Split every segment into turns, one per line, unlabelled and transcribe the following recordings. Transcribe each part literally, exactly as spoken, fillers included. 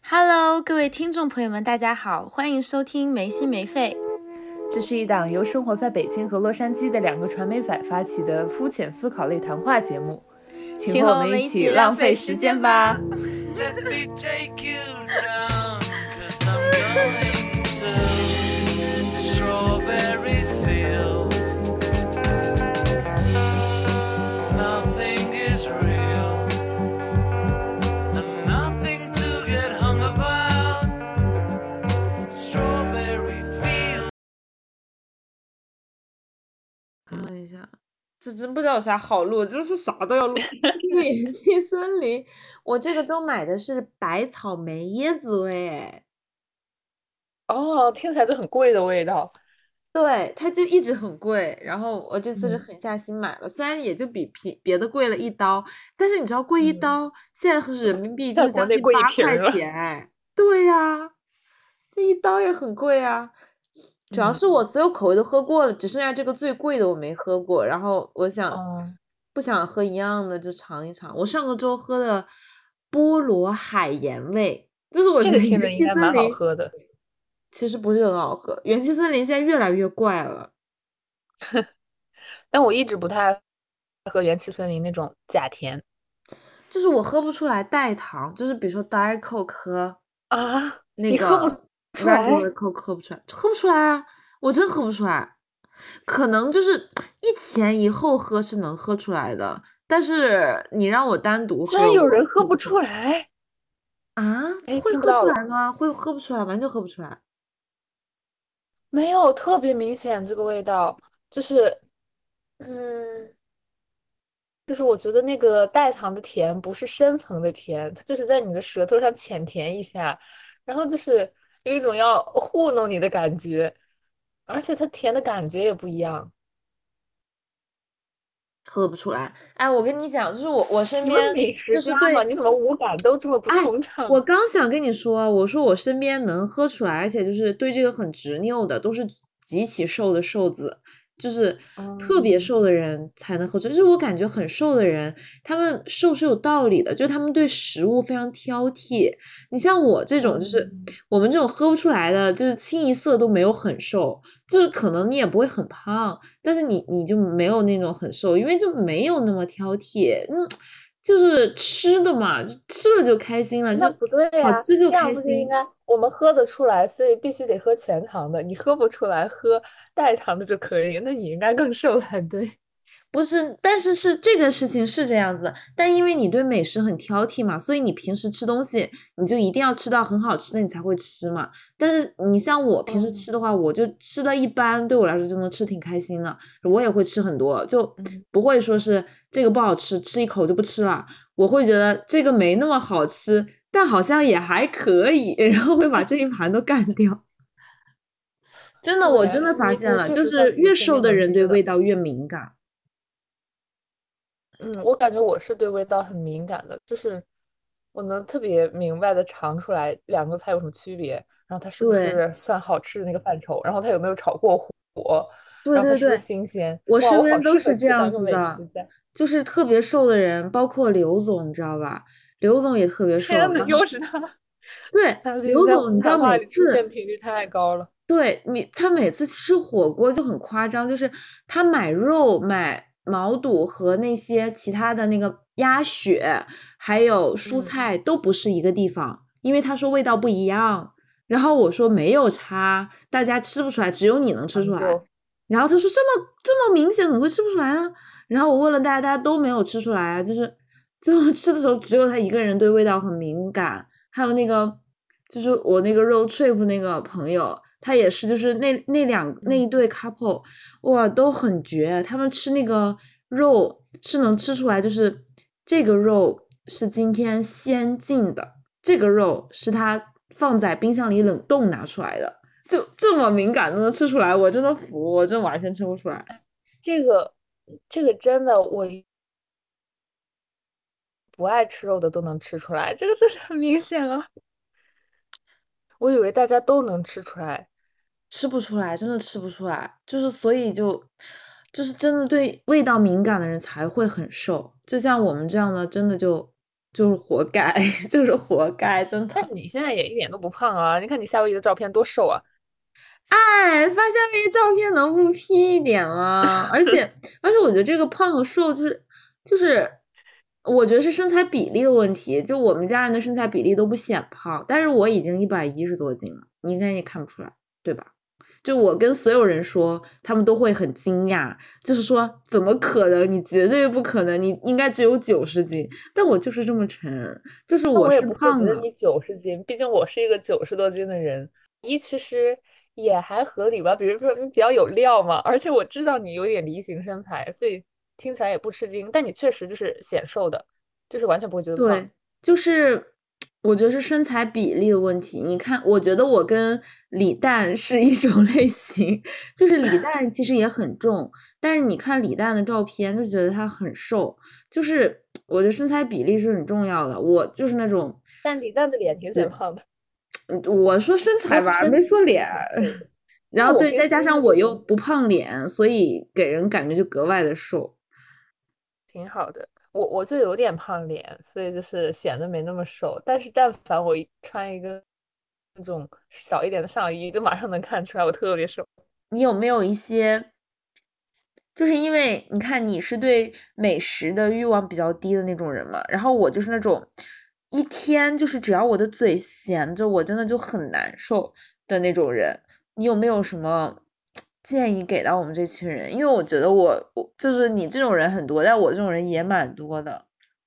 Hello，各位听众朋友们，大家好，欢迎收听没心没肺。
这是一档由生活在北京和洛杉矶的两个传媒仔发起的肤浅思考类谈话节目，请和我们一起浪费时间吧。
看一下，这真不知道有啥好录，这是啥都要录。这个元气森林，我这个都买的是白草莓椰子味。
哦，听起来就很贵的味道。
对，它就一直很贵，然后我这次是
嗯
狠下心买了，虽然也就比别别的贵了一刀，但是你知道贵一
嗯，
刀，现在是人民币就
在
是将
国内贵一
近八块
瓶了。
钱。对呀，这一刀也很贵啊。主要
嗯
是我所有口味都喝过了，只剩下这个最贵的我没喝过，然后我想
嗯，
不想喝一样的就尝一尝。我上个周喝的菠萝海盐味，就是我觉得
这个听着
元气
应该蛮好
森林
喝的，
其实不是很好喝，元气森林现在越来越怪了。
但我一直不太爱喝元气森林那种假甜
就是我喝不出来代糖，就是比如说 Diet Coke 和
啊，
那
你喝不
个
出
regular
来？
Coke 喝不出来，喝不出来啊，我真喝不出来。可能就是一前一后喝是能喝出来的，但是你让我单独喝，
居然有
我
人喝不
喝不出来。
出来？
啊？
哎，
会喝出
听不到了，
来吗？会喝不出来，完全喝不出来。
没有特别明显这个味道，就是嗯。就是我觉得那个代糖的甜不是深层的甜，它就是在你的舌头上浅甜一下，然后就是有一种要糊弄你的感觉，而且它甜的感觉也不一样。
喝不出来。哎，我跟你讲，就是我我身
你不是
边
美食
就是
家吗？
对。
你怎么五感都这么不
哎，
通畅？
我刚想跟你说，我说我身边能喝出来，而且就是对这个很执拗的，都是极其瘦的瘦子，就是特别
嗯
瘦的人才能喝出来。就是我感觉很瘦的人，他们瘦是有道理的，就是他们对食物非常挑剔。你像我这种，就是
嗯，
我们这种喝不出来的，就是清一色都没有很瘦，就是可能你也不会很胖，但是你你就没有那种很瘦，因为就没有那么挑剔。嗯。就是吃的嘛，就吃了就开心了，就
那不对呀，
好吃就
这样
开心。
不就应该我们喝得出来，所以必须得喝全糖的，你喝不出来，喝代糖的就可以，那你应该更瘦才对。
不是，但是是这个事情是这样子，但因为你对美食很挑剔嘛，所以你平时吃东西你就一定要吃到很好吃的你才会吃嘛。但是你像我平时
嗯
吃的话，我就吃的一般，对我来说就能吃挺开心的，我也会吃很多，就
嗯。
不会说是这个不好吃，吃一口就不吃了。我会觉得这个没那么好吃，但好像也还可以，然后会把这一盘都干掉。真的，我真的
对你，
发现了，
你确
就是
实在自己
越瘦的
身边能
人对味
接的。
道越敏感。
嗯，我感觉我是对味道很敏感的，就是我能特别明白的尝出来两个菜有什么区别，然后它是不
对，
是算好吃的那个范畴，然后它有没有炒过火，然后它是不是
对对对，
新鲜。哇，
我身
我好
边都是这
适合去当
样子的，
个美食家。
就是特别瘦的人，包括刘总，你知道吧？刘总也特别瘦，
天呐，
然后
又是他！
对
他最近在
刘总，你知道每
谈话里出现
次
频率太高了。
对你，他每次吃火锅就很夸张，就是他买肉、买毛肚和那些其他的那个鸭血，还有蔬
嗯，
菜都不是一个地方，因为他说味道不一样。然后我说没有差，大家吃不出来，只有你能吃出来。
讲究。
然后他说这么这么明显，怎么会吃不出来呢？然后我问了大家，大家都没有吃出来啊，就是最后吃的时候只有他一个人对味道很敏感。还有那个就是我那个 road trip 那个朋友，他也是，就是那那两那
嗯，
一对 couple，哇，都很绝。他们吃那个肉是能吃出来，就是这个肉是今天先进的，这个肉是他放在冰箱里冷冻拿出来的，就这么敏感都能吃出来，我真的服，我真完全吃不出来。
这个这个真的我不爱吃肉的都能吃出来，这个就是很明显啊。我以为大家都能吃出来。
吃不出来，真的吃不出来，就是所以就就是真的对味道敏感的人才会很瘦，就像我们这样的，真的就就是活该，就是活该，真的。
但是你现在也一点都不胖啊！你看你夏威夷的照片多瘦啊！
哎，发夏威夷照片能不 P 一点吗？而且而且，我觉得这个胖和瘦就是就是，我觉得是身材比例的问题。就我们家人的身材比例都不显胖，但是我已经一百一十多斤了，你应该也看不出来，对吧？就我跟所有人说，他们都会很惊讶，就是说怎么可能？你绝对不可能，你应该只有九十斤。但我就是这么沉，就是我是
那我也不会
胖了。
觉得你九十斤，毕竟我是一个九十多斤的人，一其实也还合理吧。比如说你比较有料嘛，而且我知道你有点梨形身材，所以听起来也不吃惊。但你确实就是显瘦的，就是完全不会觉得胖。
对，就是我觉得是身材比例的问题。你看，我觉得我跟李诞是一种类型，就是李诞其实也很重，但是你看李诞的照片就觉得他很瘦，就是我觉得身材比例是很重要的。我就是那种，
但李诞的脸挺显
对，
胖的，
嗯我说身材吧，
他身体
没说脸。
挺瘦的。
然后对，
那我平
再加上
时就
我又不胖脸，所以给人感觉就格外的瘦。
挺好的。我我就有点胖脸，所以就是显得没那么瘦。但是但凡我一穿一个那种小一点的上衣，就马上能看出来我特别瘦。
你有没有一些就是因为你看你是对美食的欲望比较低的那种人嘛，然后我就是那种一天就是只要我的嘴闲着，我真的就很难受的那种人。你有没有什么建议给到我们这群人？因为我觉得我我就是你这种人很多，但我这种人也蛮多的。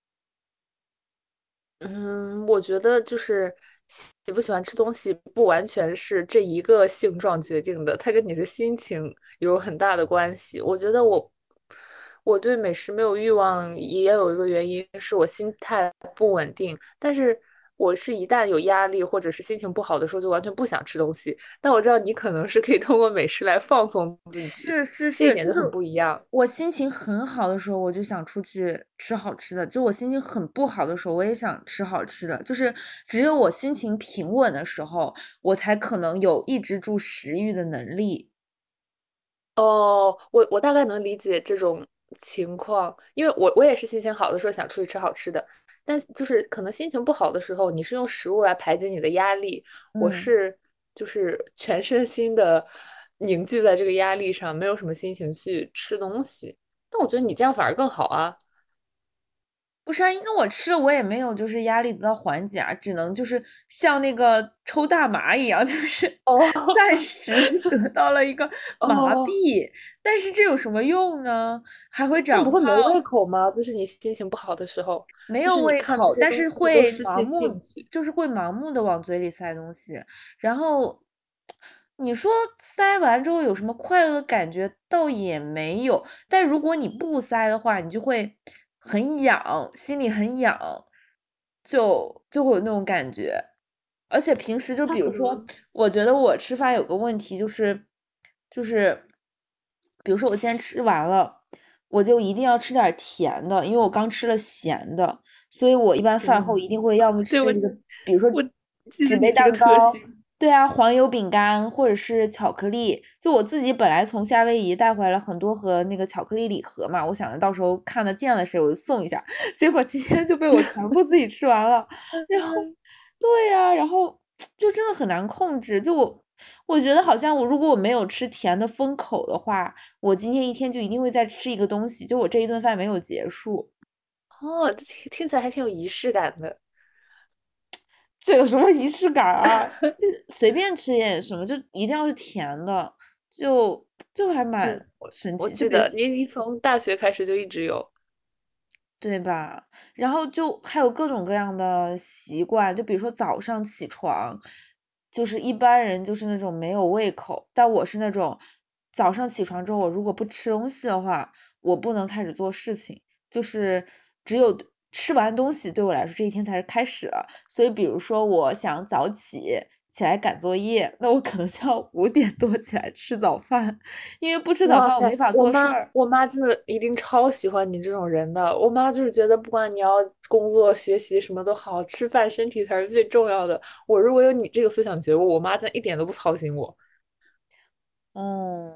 嗯，我觉得就是喜喜不喜欢吃东西，不完全是这一个性状决定的，它跟你的心情有很大的关系。我觉得我我对美食没有欲望，也有一个原因是我心态不稳定。但是我是一旦有压力或者是心情不好的时候，就完全不想吃东西。但我知道你可能是可以通过美食来放松自己，
是是是，就是
这一点就很不一样。
我心情很好的时候，我就想出去吃好吃的；就我心情很不好的时候，我也想吃好吃的。就是只有我心情平稳的时候，我才可能有抑制住食欲的能力。
哦，我我大概能理解这种情况，因为我我也是心情好的时候想出去吃好吃的，但就是可能心情不好的时候，你是用食物来排解你的压力，我
嗯。
是就是全身心的凝聚在这个压力上，没有什么心情去吃东西。但我觉得你这样反而更好啊。
不是啊，那我吃了我也没有就是压力得到缓解啊，只能就是像那个抽大麻一样，就是
哦
暂时得到了一个麻
哦，
痹，但是这有什么用呢？还会长胖。
那不会没胃口吗？就是你心情不好的时候，
没有
就是你
胃口，
看这些
但是
东西都
会
失去兴
盲目，
趣。
就是会盲目的往嘴里塞东西。然后你说塞完之后有什么快乐的感觉？倒也没有。但如果你不塞的话，你就会很痒，心里很痒，就就会有那种感觉。而且平时就
那
比如说，
可能
我觉得我吃饭有个问题就是，就是比如说我今天吃完了。我就一定要吃点甜的，因为我刚吃了咸的，所以我一般饭后
嗯，
一定会要么
对我
吃一个，比如说
我记
纸杯
得你这个
蛋糕，
特性。
对啊，黄油饼干或者是巧克力。就我自己本来从夏威夷带回来了很多盒那个巧克力礼盒嘛，我想着到时候看到见了谁我就送一下，结果今天就被我全部自己吃完了。然后，对呀，然后就真的很难控制。就我，我觉得好像我如果我没有吃甜的封口的话，我今天一天就一定会再吃一个东西，就我这一顿饭没有结束。
哦，这听听起来还挺有仪式感的。
这有什么仪式感啊？就随便吃点什么，就一定要是甜的，就就还蛮
嗯，我
神奇。就
我记
比如
得你你从大学开始就一直有。
对吧？然后就还有各种各样的习惯，就比如说早上起床，就是一般人就是那种没有胃口，但我是那种早上起床之后，我如果不吃东西的话，我不能开始做事情，就是只有吃完东西对我来说这一天才是开始了。所以，比如说我想早起起来赶作业，那我可能就要五点多起来吃早饭，因为不吃早
哇塞，
饭我没法
我妈
做事儿。
我妈真的一定超喜欢你这种人的。我妈就是觉得不管你要工作、学习什么都好，吃饭身体才是最重要的。我如果有你这个思想觉悟，我妈真的一点都不操心我。
嗯。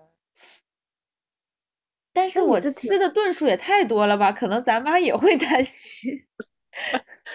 但是
那你
我
这挺
吃的顿数也太多了吧？可能咱妈也会担心。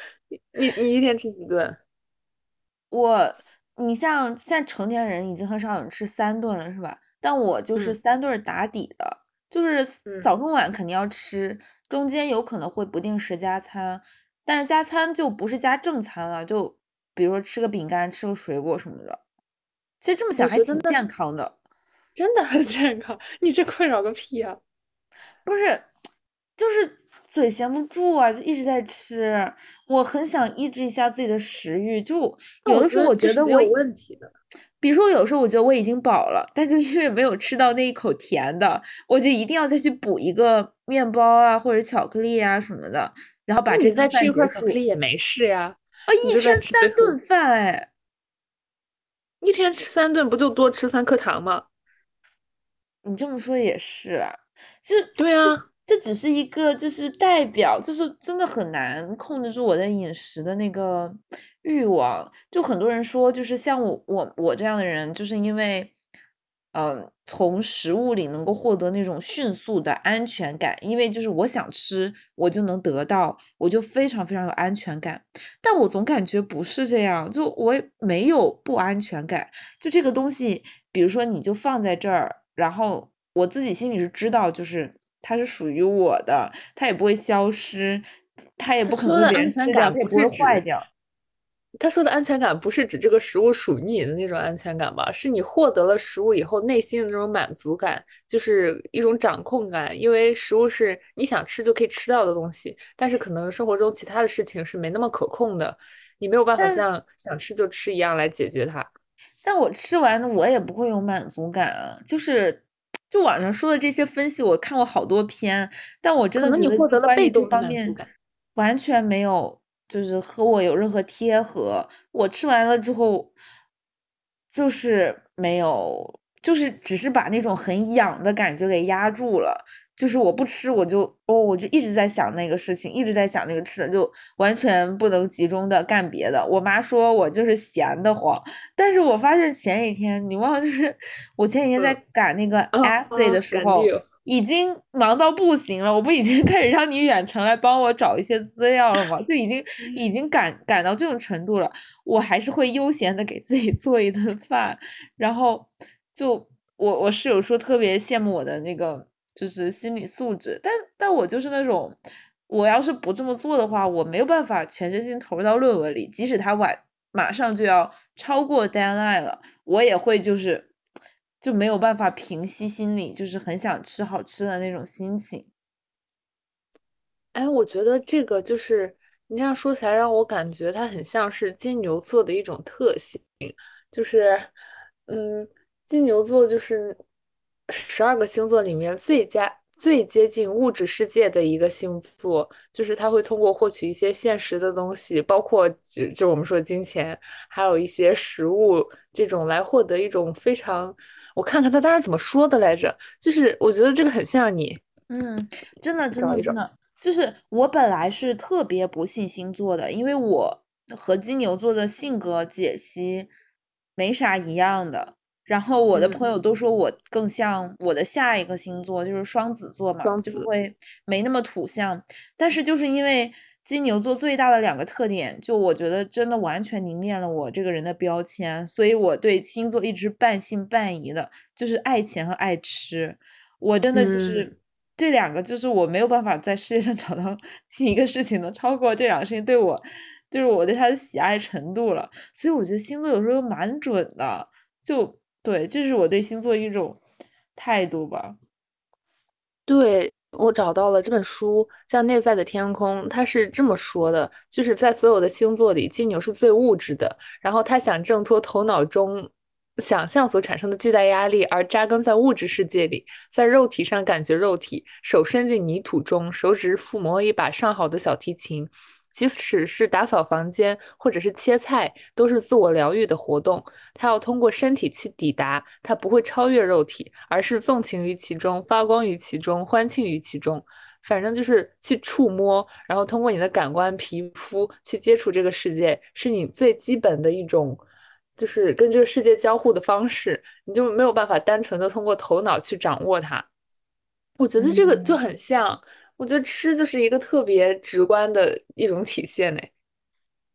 你你一天吃几顿？
我，你像现在成年人已经很少有人吃三顿了，是吧？但我就是
嗯
三顿儿打底的，就是
嗯，
早中晚肯定要吃，中间有可能会不定时加餐，但是加餐就不是加正餐了，就比如说吃个饼干，吃个水果什么的。其实这么想
我
还挺健
觉得那是
康的。
真的很健康。你这困扰个屁啊！
不是，就是嘴闲不住啊，就一直在吃。我很想抑制一下自己的食欲，就
那我觉
有的时候我
得这是没有
觉得我，
问题的。
比如说有时候我觉得我已经饱了，但就因为没有吃到那一口甜的，我就一定要再去补一个面包啊或者巧克力啊什么的，然后把
那
这顿饭
你再吃一块
结束。
巧克力也没事呀，
啊，一天
你就在吃最后
三顿饭，哎。
一天吃三顿，不就多吃三颗糖吗？
你这么说也是啊，就这
对啊，
这只是一个就是代表，就是真的很难控制住我的饮食的那个欲望。就很多人说，就是像我我我这样的人，就是因为，嗯、从食物里能够获得那种迅速的安全感，因为就是我想吃，我就能得到，我就非常非常有安全感。但我总感觉不是这样，就我也没有不安全感。就这个东西，比如说你就放在这儿，然后我自己心里是知道，就是它是属于我的，它也不会消失，它也
他
不可能被别人
说的安全
吃掉，它也
感不
不会
是指
坏掉。
他说的安全感，不是指这个食物属于你的那种安全感吧？是你获得了食物以后内心的那种满足感，就是一种掌控感。因为食物是你想吃就可以吃到的东西，但是可能生活中其他的事情是没那么可控的，你没有办法
但
像想吃就吃一样来解决它。
但我吃完了，我也不会有满足感啊。就是就网上说的这些分析，我看过好多篇，但我真的觉得，
可能你获
就关于这
得了被动的
方面，
满足感。
完全没有，就是和我有任何贴合。我吃完了之后，就是没有，就是只是把那种很痒的感觉给压住了。就是我不吃，我就哦，我就一直在想那个事情，一直在想那个吃的，就完全不能集中的干别的。我妈说我就是闲得慌。但是我发现前几天，你忘了，就是我前几天在
嗯
赶那个
啊
essay 的
啊，
时候，
感觉
已经忙到不行了。我不已经开始让你远程来帮我找一些资料了吗？就已经已经赶赶到这种程度了，我还是会悠闲的给自己做一顿饭。然后就我我室友说特别羡慕我的那个就是心理素质，但但我就是那种，我要是不这么做的话，我没有办法全身心投入到论文里，即使他晚马上就要超过 deadline 了，我也会就是就没有办法平息心里就是很想吃好吃的那种心情。
哎，我觉得这个就是你这样说起来，让我感觉它很像是金牛座的一种特性，就是，嗯，金牛座就是十二个星座里面最佳、最接近物质世界的一个星座，就是它会通过获取一些现实的东西，包括就就我们说的金钱，还有一些食物这种来获得一种非常，我看看他当时怎么说的来着，就是我觉得这个很像你，
嗯，真的，真的，
找一找。
真的，就是我本来是特别不信星座的，因为我和金牛座的性格解析没啥一样的。然后我的
嗯，
朋友都说我更像我的下一个星座，就是双子座嘛，
双子。
就会没那么土象。但是就是因为金牛座最大的两个特点，就我觉得真的完全凝练了我这个人的标签，所以我对星座一直半信半疑的，就是爱钱和爱吃。我真的就
嗯，
是这两个，就是我没有办法在世界上找到一个事情能超过这两个事情对我，就是我对他的喜爱程度了。所以我觉得星座有时候蛮准的，就对，这是我对星座一种态度吧。
对，我找到了这本书，叫《内在的天空》，它是这么说的，就是在所有的星座里，金牛是最物质的，然后他想挣脱头脑中想象所产生的巨大压力，而扎根在物质世界里，在肉体上感觉肉体，手伸进泥土中，手指抚摸一把上好的小提琴。即使是打扫房间或者是切菜，都是自我疗愈的活动。他要通过身体去抵达，他不会超越肉体，而是纵情于其中，发光于其中，欢庆于其中。反正就是去触摸，然后通过你的感官、皮肤去接触这个世界，是你最基本的一种，就是跟这个世界交互的方式。你就没有办法单纯的通过头脑去掌握它。我觉得这个就
嗯。
很像，我觉得吃就是一个特别直观的一种体现呢。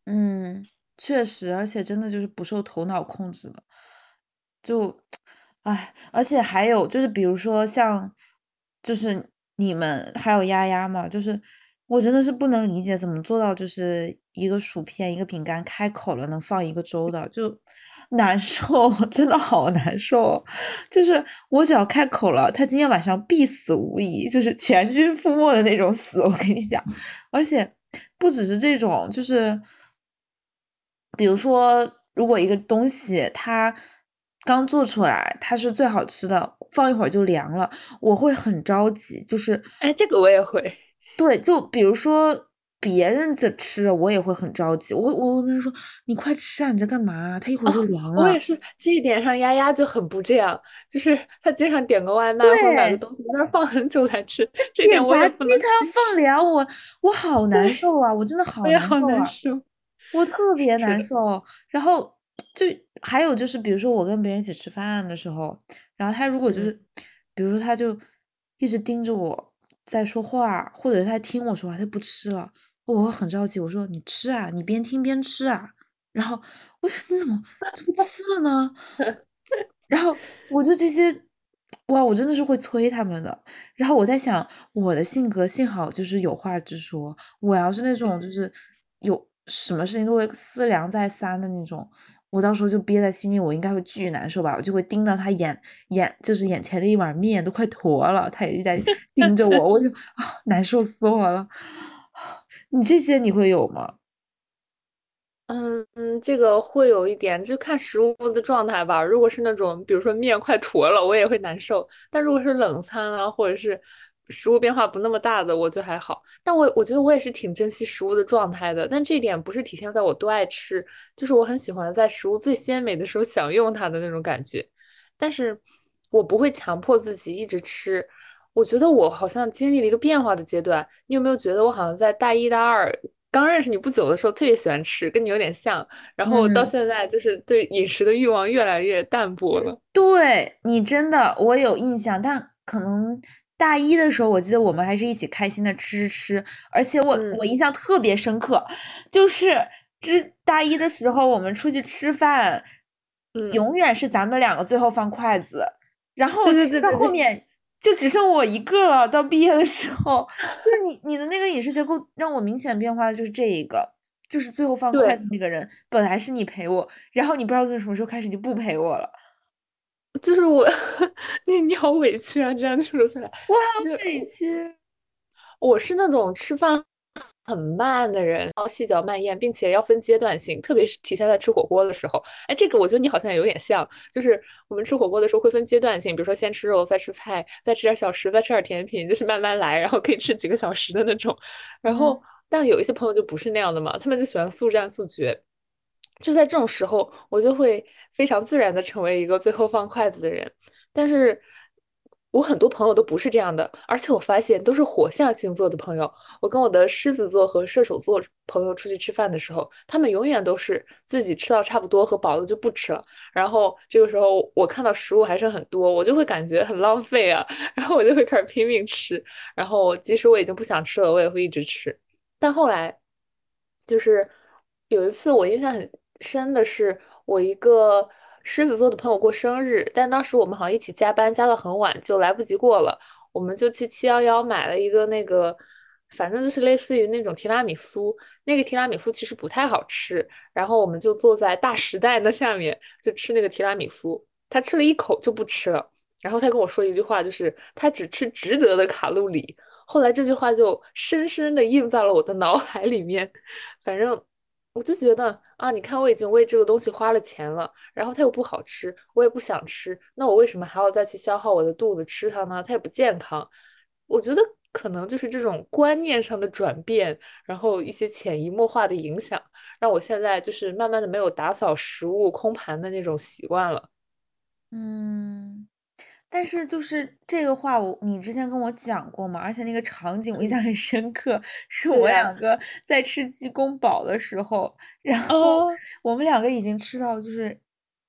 嗯，确实，而且真的就是不受头脑控制的，就，哎，而且还有就是，比如说像，就是你们还有丫丫嘛，就是我真的是不能理解怎么做到，就是一个薯片一个饼干开口了能放一个周的，就难受，真的好难受。就是我只要开口了，他今天晚上必死无疑，就是全军覆没的那种死，我跟你讲。而且不只是这种，就是比如说，如果一个东西它刚做出来，它是最好吃的，放一会儿就凉了，我会很着急。就是
哎，这个我也会。
对，就比如说别人在吃，我也会很着急。我我会跟他说：“你快吃啊，你在干嘛？它一会儿就
哦，
凉了。”
我也是，这一点上丫丫就很不这样，就是她经常点个外卖或者买个
对，
东西在那儿放很久才吃，这点我也
点炸鸡
不能
它要
接受，
放凉，我我好难受啊，我真的好
我也好
难受啊。
难受。
我特别
是的。
难受。然后就还有就是，比如说我跟别人一起吃饭的时候，然后他如果就
嗯。
是，比如说他就一直盯着我在说话，或者是他听我说话，他不吃了，我会很着急，我说你吃啊，你边听边吃啊。然后我说你怎么就不吃了呢？然后我就这些，哇，我真的是会催他们的。然后我在想，我的性格幸好就是有话直说。我要是那种就是有什么事情都会思量再三的那种，我到时候就憋在心里，我应该会巨难受吧。我就会盯到他眼眼就是眼前的一碗面都快坨了，他也在盯着我，我就啊难受死我了。你这些你会有吗？
嗯嗯，这个会有一点，就看食物的状态吧。如果是那种，比如说面快坨了，我也会难受。但如果是冷餐啊，或者是食物变化不那么大的，我就还好。但我我觉得我也是挺珍惜食物的状态的。但这一点不是体现在我多爱吃，就是我很喜欢在食物最鲜美的时候享用它的那种感觉。但是我不会强迫自己一直吃。我觉得我好像经历了一个变化的阶段。你有没有觉得我好像在大一、大二刚认识你不久的时候特别喜欢吃，跟你有点像，然后到
嗯。
现在就是对饮食的欲望越来越淡薄了。
对你真的，我有印象，但可能大一的时候，我记得我们还是一起开心的吃吃，而且我
嗯
我印象特别深刻，就是之大一的时候，我们出去吃饭，
嗯，
永远是咱们两个最后放筷子，然后
对对
吃到
对对对。
后面就只剩我一个了。到毕业的时候，就是你你的那个饮食结构让我明显变化的就是这一个，就是最后放筷
对，
子那个人本来是你陪我，然后你不知道从什么时候开始你就不陪我了。
就是我，你你好委屈啊，这样说起来，
我好
就
委屈。
我是那种吃饭很慢的人，然后细嚼慢咽，并且要分阶段性，特别是体现在吃火锅的时候。哎，这个我觉得你好像也有点像，就是我们吃火锅的时候会分阶段性，比如说先吃肉，再吃菜，再吃点小食，再吃点甜品，就是慢慢来，然后可以吃几个小时的那种。然
嗯
后，但有一些朋友就不是那样的嘛，他们就喜欢速战速决。就在这种时候，我就会非常自然的成为一个最后放筷子的人。但是我很多朋友都不是这样的，而且我发现都是火象星座的朋友。我跟我的狮子座和射手座朋友出去吃饭的时候，他们永远都是自己吃到差不多和饱了就不吃了。然后这个时候我看到食物还剩很多，我就会感觉很浪费啊，然后我就会开始拼命吃。然后即使我已经不想吃了，我也会一直吃。但后来就是有一次我印象很深的是，我一个狮子座的朋友过生日，但当时我们好像一起加班加到很晚，就来不及过了。我们就去七幺幺买了一个那个，反正就是类似于那种提拉米苏。那个提拉米苏其实不太好吃，然后我们就坐在大时代那下面就吃那个提拉米苏。他吃了一口就不吃了，然后他跟我说一句话，就是他只吃值得的卡路里。后来这句话就深深的印在了我的脑海里面。反正我就觉得啊，你看我已经为这个东西花了钱了，然后它又不好吃，我也不想吃，那我为什么还要再去消耗我的肚子吃它呢？它也不健康。我觉得可能就是这种观念上的转变，然后一些潜移默化的影响，让我现在就是慢慢的没有打扫食物空盘的那种习惯了。
嗯，但是就是这个话我，你之前跟我讲过嘛，而且那个场景我印
嗯，
象很深刻，是我
对呀。
们两个在吃鸡公煲的时候，然后
哦，
我们两个已经吃到就是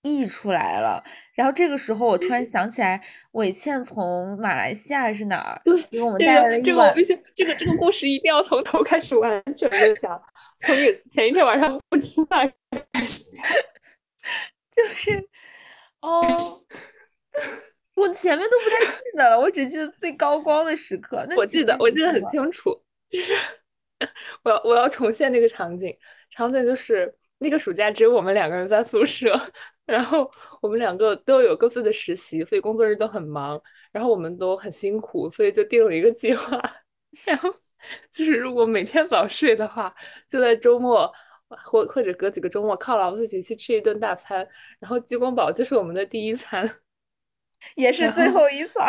溢出来了。然后这个时候我突然想起来，伟倩从马来西亚还是哪儿
对，
给我们
这
带来
个这个我必
了一碗，
须，这个这个故事一定要从头开始完整的讲，从你前一天晚上不吃饭开始讲。
就是哦，我前面都不太记得了，我只记得最高光的时刻。那
我记得
请继
我记得很
续说吧。
清楚，就是我要我要重现那个场景，场景就是那个暑假只有我们两个人在宿舍，然后我们两个都有各自的实习，所以工作日都很忙，然后我们都很辛苦，所以就定了一个计划，然后就是如果每天早睡的话，就在周末或或者隔几个周末犒劳自己去吃一顿大餐，然后鸡公煲就是我们的第一餐，
也是最
然后
后一场。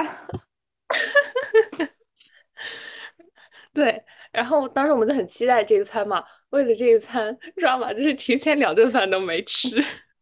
对，然后当时我们就很期待这一餐嘛，为了这一餐，抓马就是提前两顿饭都没吃。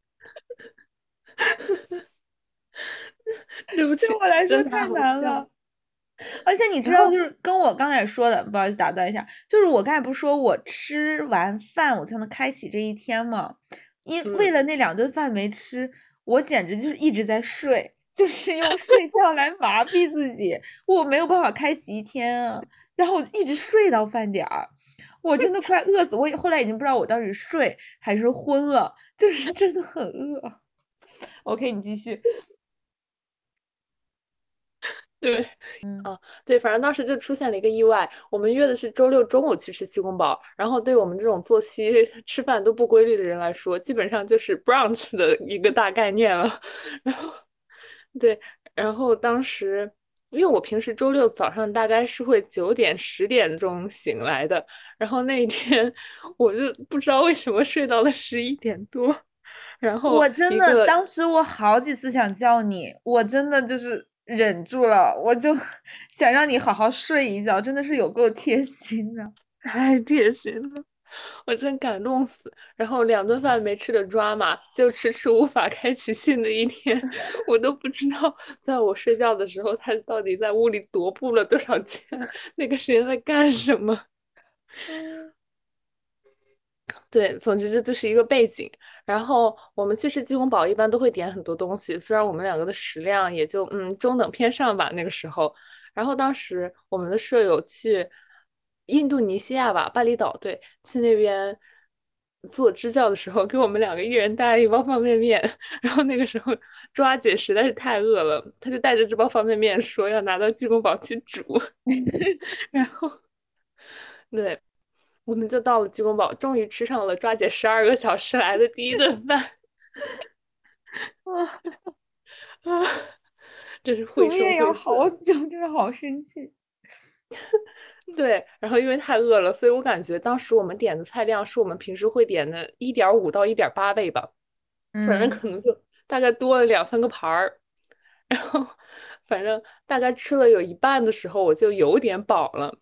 对不起，
对我来说太
真的太好笑了。
难了。而且你知道，就
然后，
是跟我刚才说的，不好意思打断一下，就是我刚才不是说我吃完饭我才能开启这一天吗？因为
嗯，
了那两顿饭没吃，我简直就是一直在睡，就是用睡觉来麻痹自己，我没有办法开启一天啊。然后我一直睡到饭点儿，我真的快饿死，我后来已经不知道我到底睡还是昏了，就是真的很饿。OK，你继续。
对，
嗯，
啊，对，反正当时就出现了一个意外，我们约的是周六中午去吃鸡公煲，然后对我们这种作息吃饭都不规律的人来说，基本上就是 brunch 的一个大概念了。然后，对，然后当时因为我平时周六早上大概是会九点十点钟醒来的，然后那一天我就不知道为什么睡到了十一点多，然后
我真的，
一个
当时我好几次想叫你，我真的就是忍住了，我就想让你好好睡一觉，真的是有够贴心的。
太贴心了。我真感动死。然后两顿饭没吃的抓马，就迟迟无法开启新的一天，我都不知道在我睡觉的时候，他到底在屋里踱步了多少圈，那个时间在干什么。
嗯，
对，总之这就是一个背景。然后我们去吃鸡公煲一般都会点很多东西，虽然我们两个的食量也就嗯中等偏上吧那个时候。然后当时我们的舍友去印度尼西亚吧，巴厘岛，对，去那边做支教的时候，给我们两个一人带了一包方便面。然后那个时候抓姐实在是太饿了，她就带着这包方便面说要拿到鸡公煲去煮。然后对，我们就到了鸡公堡，终于吃上了抓姐十二个小时来的第一顿饭。
啊，
啊，真是绘
煮面要
声绘色。
好久，真的好生气。
对，然后因为太饿了，所以我感觉当时我们点的菜量是我们平时会点的一点五到一点八倍吧，反正
嗯，
可能就大概多了两三个盘儿。然后反正大概吃了有一半的时候，我就有点饱了。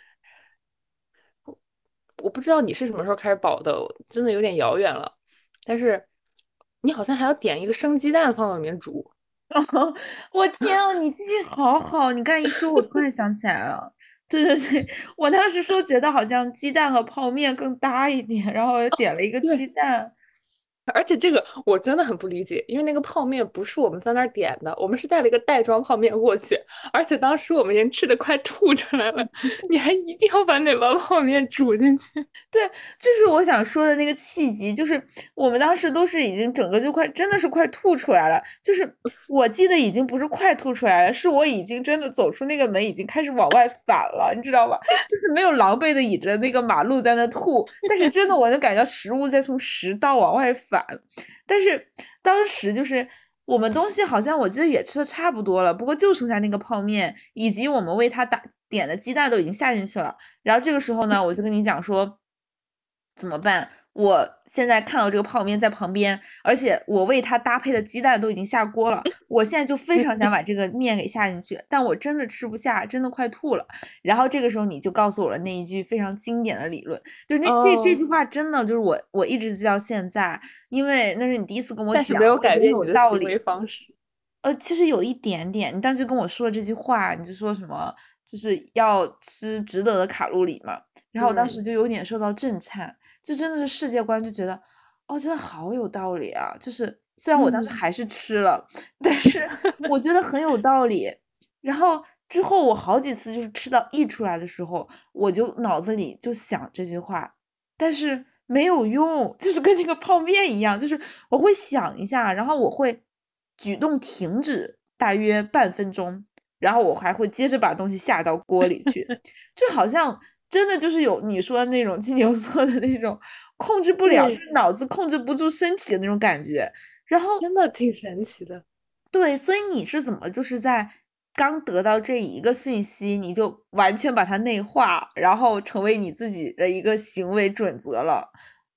我不知道你是什么时候开始饱的，真的有点遥远了。但是你好像还要点一个生鸡蛋放到里面煮。
我天啊，你记性好好！你刚才一说，我突然想起来了。对对对，我当时说觉得好像鸡蛋和泡面更搭一点，然后我就点了一个鸡
对，
蛋。
而且这个我真的很不理解，因为那个泡面不是我们在那儿点的，我们是带了一个袋装泡面过去，而且当时我们已经吃的快吐出来了，你还一定要把那包泡面煮进去。
对，就是我想说的那个契机，就是我们当时都是已经整个就快，真的是快吐出来了。就是我记得已经不是快吐出来了，是我已经真的走出那个门，已经开始往外反了，你知道吧？就是没有狼狈的倚着那个马路在那吐，但是真的我能感觉到食物在从食道往外反。但是当时就是我们东西好像我记得也吃的差不多了，不过就剩下那个泡面以及我们为他打点的鸡蛋都已经下进去了。然后这个时候呢，我就跟你讲说怎么办？我现在看到这个泡面在旁边，而且我为它搭配的鸡蛋都已经下锅了，我现在就非常想把这个面给下进去，但我真的吃不下，真的快吐了。然后这个时候你就告诉我了那一句非常经典的理论，就是那这这句
哦，
话真的就是我我一直记到现在，因为那是你第一次跟我讲，
但是没有
我觉得很有
改变你的行为
道理。
方式。
呃，其实有一点点，你当时跟我说了这句话，你就说什么，就是要吃值得的卡路里嘛。然后我当时
嗯，
就有点受到震颤，就真的是世界观，就觉得，哦，真的好有道理啊！就是虽然我当时
嗯
还是吃了，但是我觉得很有道理。然后之后我好几次就是吃到溢出来的时候，我就脑子里就想这句话，但是没有用，就是跟那个泡面一样，就是我会想一下，然后我会举动停止大约半分钟，然后我还会接着把东西下到锅里去，就好像真的就是有你说的那种金牛座的那种控制不了，就
对，
是脑子控制不住身体的那种感觉。然后
真的挺神奇的。
对，所以你是怎么就是在刚得到这一个讯息，你就完全把它内化，然后成为你自己的一个行为准则了？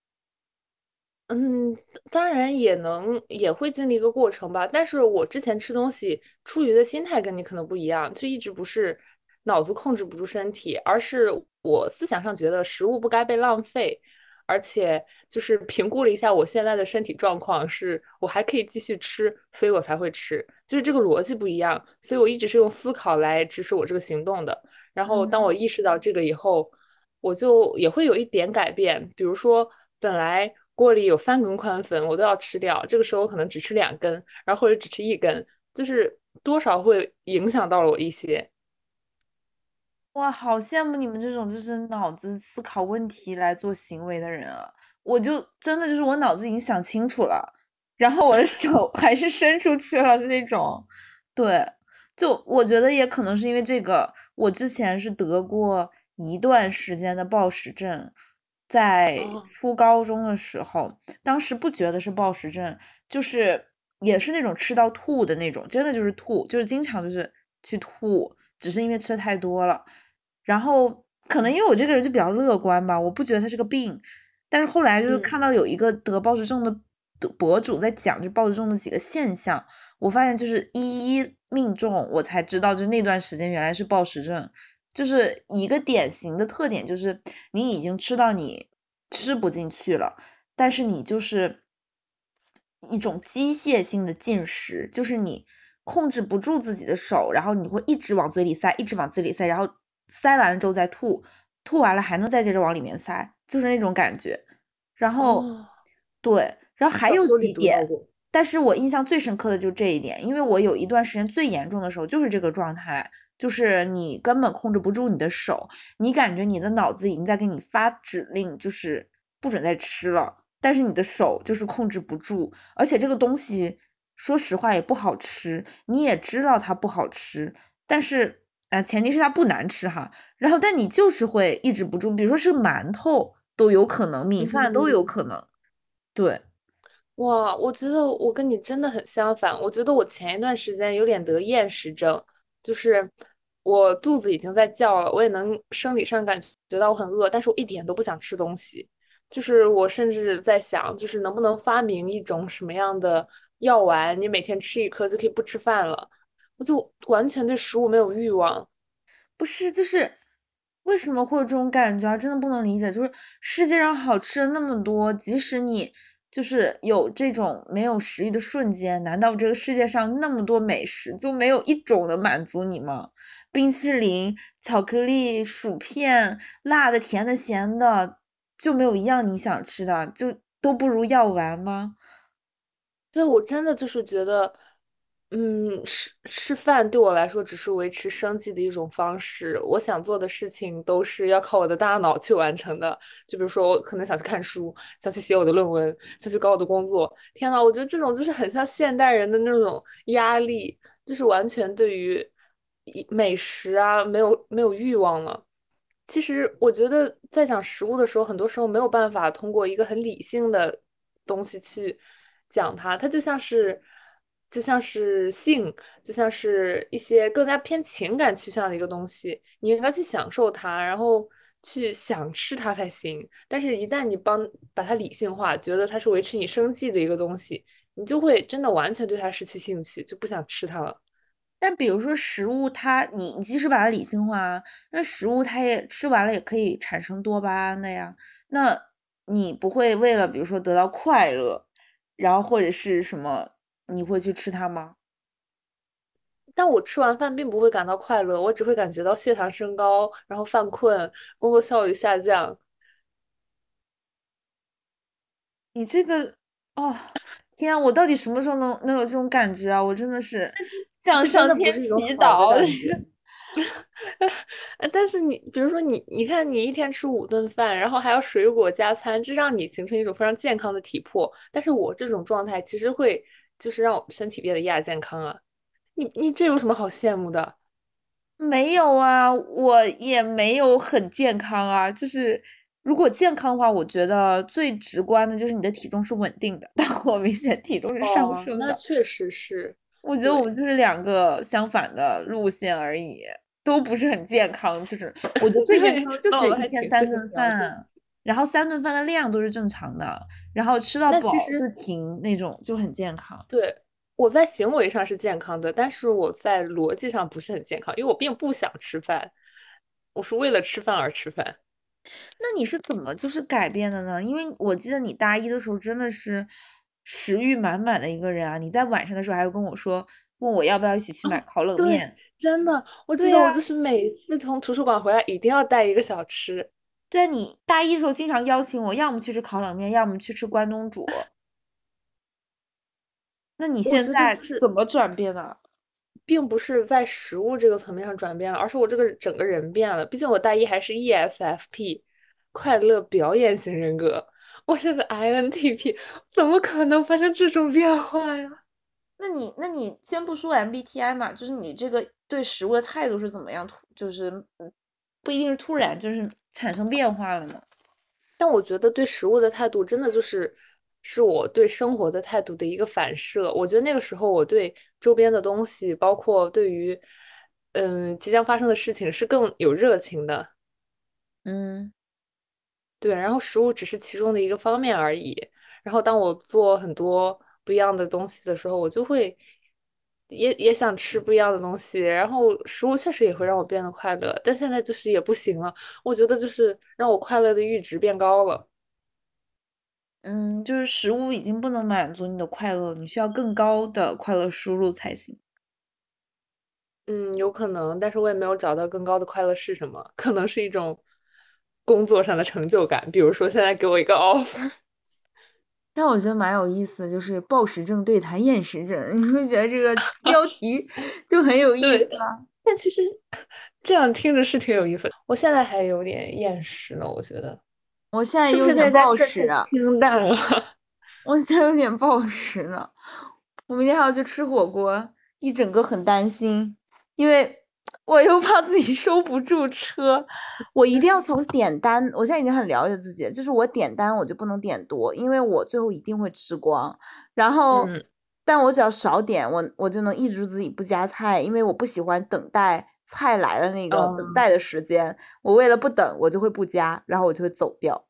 嗯，当然也能也会经历一个过程吧，但是我之前吃东西出于的心态跟你可能不一样，就一直不是脑子控制不住身体，而是我思想上觉得食物不该被浪费，而且就是评估了一下我现在的身体状况，是我还可以继续吃，所以我才会吃，就是这个逻辑不一样，所以我一直是用思考来指使我这个行动的。然后当我
嗯。
意识到这个以后，我就也会有一点改变，比如说本来锅里有三根宽粉，我都要吃掉，这个时候我可能只吃两根，然后或者只吃一根，就是多少会影响到了我一些。
哇，好羡慕你们这种就是脑子思考问题来做行为的人啊！我就真的就是我脑子已经想清楚了，然后我的手还是伸出去了的那种。对，就我觉得也可能是因为这个，我之前是得过一段时间的暴食症，在
哦，
初高中的时候，当时不觉得是暴食症，就是也是那种吃到吐的那种，真的就是吐，就是经常就是去吐，只是因为吃的太多了。然后可能因为我这个人就比较乐观吧，我不觉得它是个病。但是后来就是
嗯
看到有一个得暴食症的的博主在讲这暴食症的几个现象，我发现就是一一命中，我才知道就那段时间原来是暴食症，就是一个典型的特点就是你已经吃到你吃不进去了，但是你就是一种机械性的进食，就是你控制不住自己的手，然后你会一直往嘴里塞，一直往嘴里塞，然后塞完了之后再吐，吐完了还能再接着往里面塞，就是那种感觉。然后，
哦，
对，然后还有
小说里
几点，
读到过。
但是我印象最深刻的就这一点，因为我有一段时间最严重的时候就是这个状态，就是你根本控制不住你的手，你感觉你的脑子已经在给你发指令，就是不准再吃了，但是你的手就是控制不住，而且这个东西说实话也不好吃，你也知道它不好吃，但是啊、呃前提是它不难吃哈，然后但你就是会抑制不住，比如说是馒头都有可能，米饭都有
嗯，
可能，对。
哇，我觉得我跟你真的很相反。我觉得我前一段时间有点得厌食症，就是我肚子已经在叫了，我也能生理上感觉到我很饿，但是我一点都不想吃东西。就是我甚至在想，就是能不能发明一种什么样的药丸，你每天吃一颗就可以不吃饭了。我就完全对食物没有欲望。
不是，就是为什么会有这种感觉啊？真的不能理解。就是世界上好吃的那么多，即使你就是有这种没有食欲的瞬间，难道这个世界上那么多美食就没有一种能满足你吗？冰淇淋、巧克力、薯片、辣的、甜的、咸的，就没有一样你想吃的，就都不如药丸吗？
对，我真的就是觉得，嗯，吃吃饭对我来说只是维持生计的一种方式。我想做的事情都是要靠我的大脑去完成的。就比如说，我可能想去看书，想去写我的论文，想去搞我的工作。天呐，我觉得这种就是很像现代人的那种压力，就是完全对于一美食啊没有没有欲望了。其实我觉得在讲食物的时候，很多时候没有办法通过一个很理性的东西去讲它，它就像是就像是性，就像是一些更加偏情感趋向的一个东西，你应该去享受它，然后去想吃它才行。但是，一旦你帮把它理性化，觉得它是维持你生计的一个东西，你就会真的完全对它失去兴趣，就不想吃它了。
但比如说食物它，你你即使把它理性化，那食物它也吃完了也可以产生多巴胺的呀。那你不会为了比如说得到快乐，然后或者是什么，你会去吃它吗？
但我吃完饭并不会感到快乐，我只会感觉到血糖升高，然后犯困，工作效率下降。
你这个哦， 天啊，我到底什么时候能能有这种感觉啊？我真的是向
这真
上天
的不是一种
祈
好的
祷。
感觉。呃但是你比如说你，你看你一天吃五顿饭，然后还要水果加餐，这让你形成一种非常健康的体魄。但是我这种状态其实会就是让我身体变得亚健康啊。你你这有什么好羡慕的？
没有啊，我也没有很健康啊。就是如果健康的话，我觉得最直观的就是你的体重是稳定的，但我明显体重是上
哦，
升的。
那确实是，
我觉得我们
对
就是两个相反的路线而已，都不是很健康。就是我觉得最健康
对，
的就是一
那我们还挺适合
天三顿
聊这个。
饭，然后三顿饭的量都是正常的，然后吃到
那其
饱就
实
停那种，就很健康。
对，我在行为上是健康的，但是我在逻辑上不是很健康，因为我并不想吃饭，我是为了吃饭而吃饭。
那你是怎么就是改变的呢？因为我记得你大一的时候真的是食欲满满的一个人啊，你在晚上的时候还会跟我说，问我要不要一起去买烤冷
对，
面。
真的，我记
对呀，
得我就是每次从图书馆回来一定要带一个小吃。
对啊，你大一的时候经常邀请我，要么去吃烤冷面，要么去吃关东煮。那你
我
现在
觉得就是
怎么转变的？
并不是在食物这个层面上转变了，而是我这个整个人变了。毕竟我大一还是 E S F P，快乐表演型人格，我现在 I N T P，怎么可能发生这种变化呀？
那你那你先不说 M B T I 嘛，就是你这个对食物的态度是怎么样突，就是嗯不一定是突然，就是产生变化了呢？
但我觉得对食物的态度真的就是是我对生活的态度的一个反射。我觉得那个时候我对周边的东西，包括对于嗯即将发生的事情是更有热情的。
嗯
对，然后食物只是其中的一个方面而已。然后当我做很多不一样的东西的时候，我就会也也想吃不一样的东西。然后食物确实也会让我变得快乐，但现在就是也不行了。我觉得就是让我快乐的阈值变高了。
嗯，就是食物已经不能满足你的快乐，你需要更高的快乐输入才行。
嗯，有可能，但是我也没有找到更高的快乐是什么，可能是一种工作上的成就感，比如说现在给我一个 offer。
但我觉得蛮有意思的，就是暴食症对谈厌食症，你会觉得这个标题就很有意思
对，
啊。
但其实这样听着是挺有意思的。我现在还有点厌食呢，我觉得
我现在
是不是在
有点
家吃的太
暴食啊，
清淡了？
我现在有点暴食呢。我明天还要去吃火锅，一整个很担心，因为我又怕自己收不住车，我一定要从点单。我现在已经很了解自己，就是我点单我就不能点多，因为我最后一定会吃光。然后，
嗯，
但我只要少点，我我就能抑制住自己不加菜，因为我不喜欢等待菜来的那个等
嗯，
待的时间。我为了不等，我就会不加，然后我就会走掉。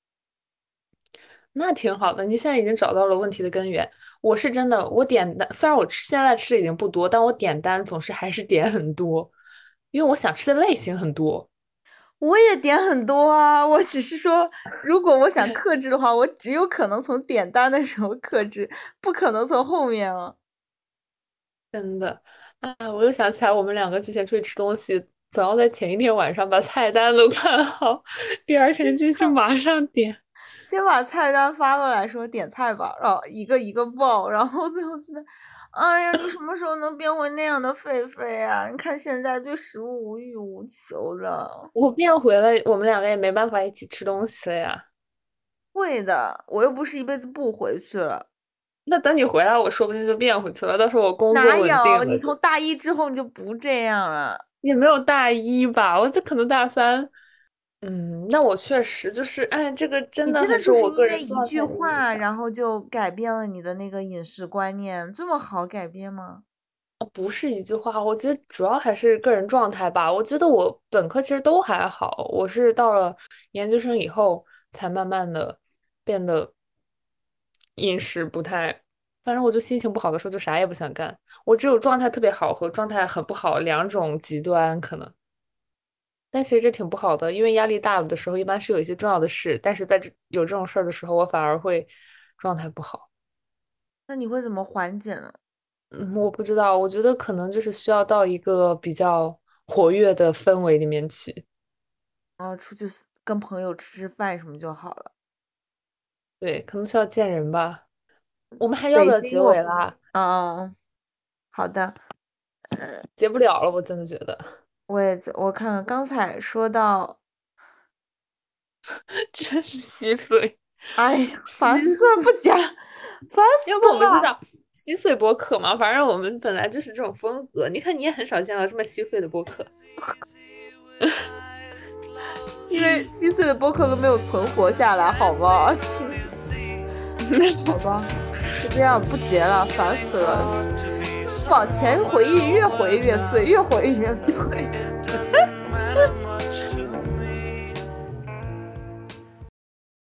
那挺好的。你现在已经找到了问题的根源。我是真的，我点单，虽然我吃现在吃的已经不多，但我点单总是还是点很多，因为我想吃的类型很多。
我也点很多啊，我只是说，如果我想克制的话，我只有可能从点单的时候克制，不可能从后面了。
真的，啊，我又想起来，我们两个之前出去吃东西，总要在前一天晚上把菜单都看好，第二天进去马上点。
先把菜单发过来说点菜吧，然后一个一个报，然后最后觉得，哎呀，你什么时候能变回那样的狒狒啊？你看现在对食物无欲无求了。
我变回了，我们两个也没办法一起吃东西了呀。
会的，我又不是一辈子不回去了。
那等你回来，我说不定就变回去了。到时候我工作稳定
哪有？
了，
你从大一之后你就不这样了。
也没有大一吧，我这可能大三。嗯，那我确实就是，哎，这个真
你
的很
真的就是
受我个
因为一
人状态的影
句话，
响。
然后就改变了你的那个饮食观念，这么好改变吗？
哦，不是一句话，我觉得主要还是个人状态吧。我觉得我本科其实都还好，我是到了研究生以后才慢慢的变得饮食不太，反正我就心情不好的时候就啥也不想干。我只有状态特别好和状态很不好两种极端可能。但其实这挺不好的，因为压力大了的时候，一般是有一些重要的事，但是在这有这种事儿的时候，我反而会状态不好。
那你会怎么缓解呢？
嗯，我不知道，我觉得可能就是需要到一个比较活跃的氛围里面去。
然后出去 s- 跟朋友吃吃饭什么就好了。
对，可能需要见人吧。 我们还要不
北
要结
京我不，
尾啦？
嗯，好的，
结不了了，我真的觉得。
我也我看看刚才说到，
真是稀碎。
哎呀，烦死了，不讲，烦
要不我们就
死了。
叫稀碎播客嘛，反正我们本来就是这种风格。你看，你也很少见到这么稀碎的播客。
因为稀碎的播客都没有存活下来，好吗？好吧，就这样不结了，烦死了。往前回忆，越回越碎，越回越碎。